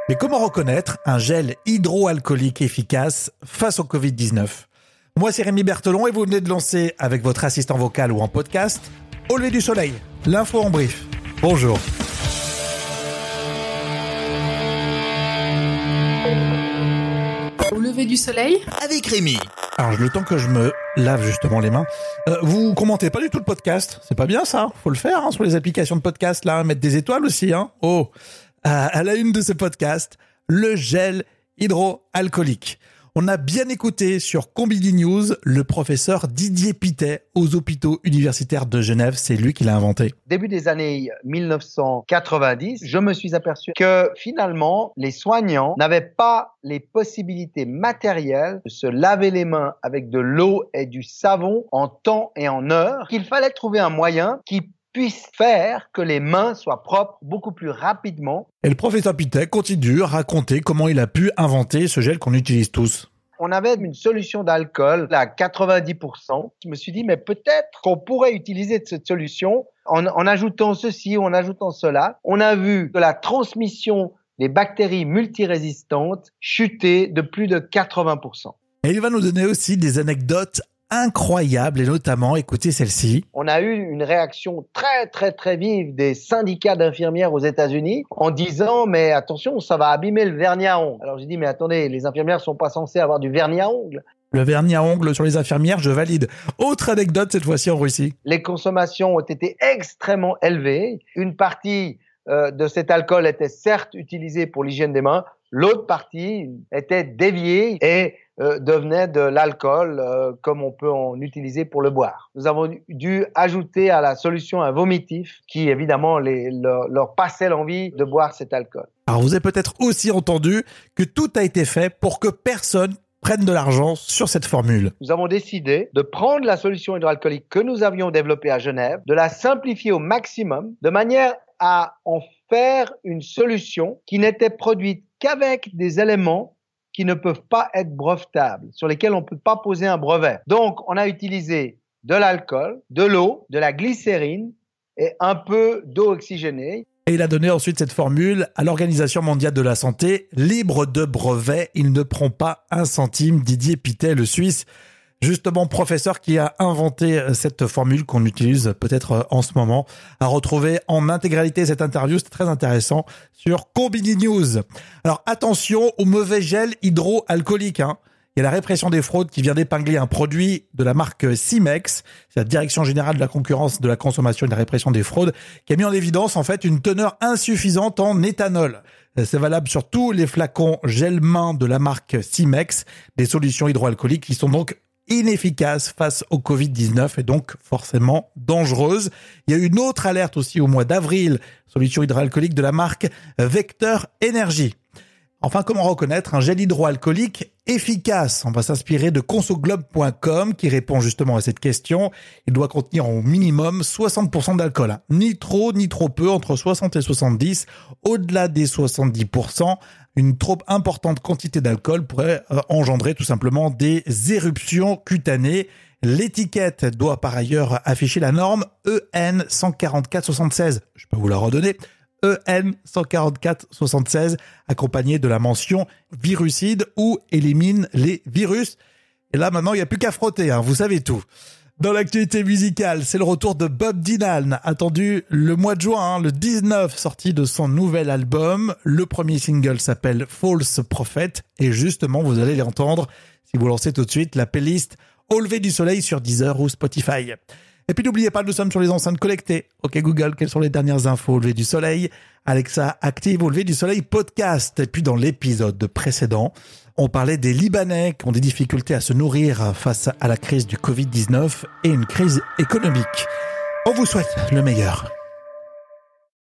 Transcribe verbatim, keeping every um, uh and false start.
Mais comment reconnaître un gel hydroalcoolique efficace face au covid dix-neuf ? Moi, c'est Rémi Berthelon et vous venez de lancer avec votre assistant vocal ou en podcast Au lever du soleil, l'info en brief. Bonjour. Au lever du soleil avec Rémi. Alors, le temps que je me lave justement les mains, euh, vous commentez pas du tout le podcast. C'est pas bien ça. Faut le faire hein, sur les applications de podcast là, mettre des étoiles aussi. Hein. Oh, à, à la une de ce podcast, le gel hydroalcoolique. On a bien écouté sur Combini News le professeur Didier Pittet aux hôpitaux universitaires de Genève. C'est lui qui l'a inventé. Début des années mille neuf cent quatre-vingt-dix, je me suis aperçu que finalement, les soignants n'avaient pas les possibilités matérielles de se laver les mains avec de l'eau et du savon en temps et en heure, qu'il fallait trouver un moyen qui puisse faire que les mains soient propres beaucoup plus rapidement. Et le professeur Pittet continue à raconter comment il a pu inventer ce gel qu'on utilise tous. On avait une solution d'alcool à quatre-vingt-dix pour cent. Je me suis dit, mais peut-être qu'on pourrait utiliser cette solution en, en ajoutant ceci ou en ajoutant cela. On a vu que la transmission des bactéries multirésistantes chutait de plus de quatre-vingts pour cent. Et il va nous donner aussi des anecdotes incroyable et notamment, écoutez celle-ci. On a eu une réaction très très très vive des syndicats d'infirmières aux États-Unis en disant mais attention, ça va abîmer le vernis à ongles. Alors j'ai dit mais attendez, les infirmières sont pas censées avoir du vernis à ongles. Le vernis à ongles sur les infirmières, je valide. Autre anecdote cette fois-ci en Russie. Les consommations ont été extrêmement élevées. Une partie euh, de cet alcool était certes utilisée pour l'hygiène des mains, l'autre partie était déviée et euh, devenait de l'alcool euh, comme on peut en utiliser pour le boire. Nous avons dû ajouter à la solution un vomitif qui évidemment les, leur, leur passait l'envie de boire cet alcool. Alors vous avez peut-être aussi entendu que tout a été fait pour que personne prenne de l'argent sur cette formule. Nous avons décidé de prendre la solution hydroalcoolique que nous avions développée à Genève, de la simplifier au maximum de manière à en faire une solution qui n'était produite qu'avec des éléments qui ne peuvent pas être brevetables, sur lesquels on ne peut pas poser un brevet. Donc, on a utilisé de l'alcool, de l'eau, de la glycérine et un peu d'eau oxygénée. Et il a donné ensuite cette formule à l'Organisation mondiale de la santé, libre de brevet, il ne prend pas un centime. Didier Pittet, le Suisse, justement professeur qui a inventé cette formule qu'on utilise peut-être en ce moment, à retrouver en intégralité cette interview, c'est très intéressant, sur Combini News. Alors attention au mauvais gel hydroalcoolique, hein. Il y a la répression des fraudes qui vient d'épingler un produit de la marque Cimex, c'est la Direction générale de la concurrence, de la consommation et de la répression des fraudes, qui a mis en évidence en fait une teneur insuffisante en éthanol. C'est valable sur tous les flacons gel-main de la marque Cimex, des solutions hydroalcooliques qui sont donc inefficace face au covid dix-neuf et donc forcément dangereuse. Il y a eu une autre alerte aussi au mois d'avril, solution hydroalcoolique de la marque Vecteur Énergie. Enfin, comment reconnaître un gel hydroalcoolique efficace ? On va s'inspirer de consoglobe point com qui répond justement à cette question. Il doit contenir au minimum soixante pour cent d'alcool. Ni trop, ni trop peu, entre soixante et soixante-dix. Au-delà des soixante-dix pour cent, une trop importante quantité d'alcool pourrait engendrer tout simplement des éruptions cutanées. L'étiquette doit par ailleurs afficher la norme E N cent quarante-quatre soixante-seize. Je peux vous la redonner. E N cent quarante-quatre soixante-seize, accompagné de la mention virucide ou élimine les virus. Et là, maintenant, il n'y a plus qu'à frotter, hein, vous savez tout. Dans l'actualité musicale, c'est le retour de Bob Dylan, attendu le mois de juin, hein, le dix-neuf, sorti de son nouvel album. Le premier single s'appelle False Prophet, et justement, vous allez l'entendre si vous lancez tout de suite la playlist Au lever du soleil sur Deezer ou Spotify. Et puis n'oubliez pas, nous sommes sur les enceintes connectées. Ok Google, quelles sont les dernières infos au lever du soleil ? Alexa, active au lever du soleil podcast. Et puis dans l'épisode précédent, on parlait des Libanais qui ont des difficultés à se nourrir face à la crise du covid dix-neuf et une crise économique. On vous souhaite le meilleur.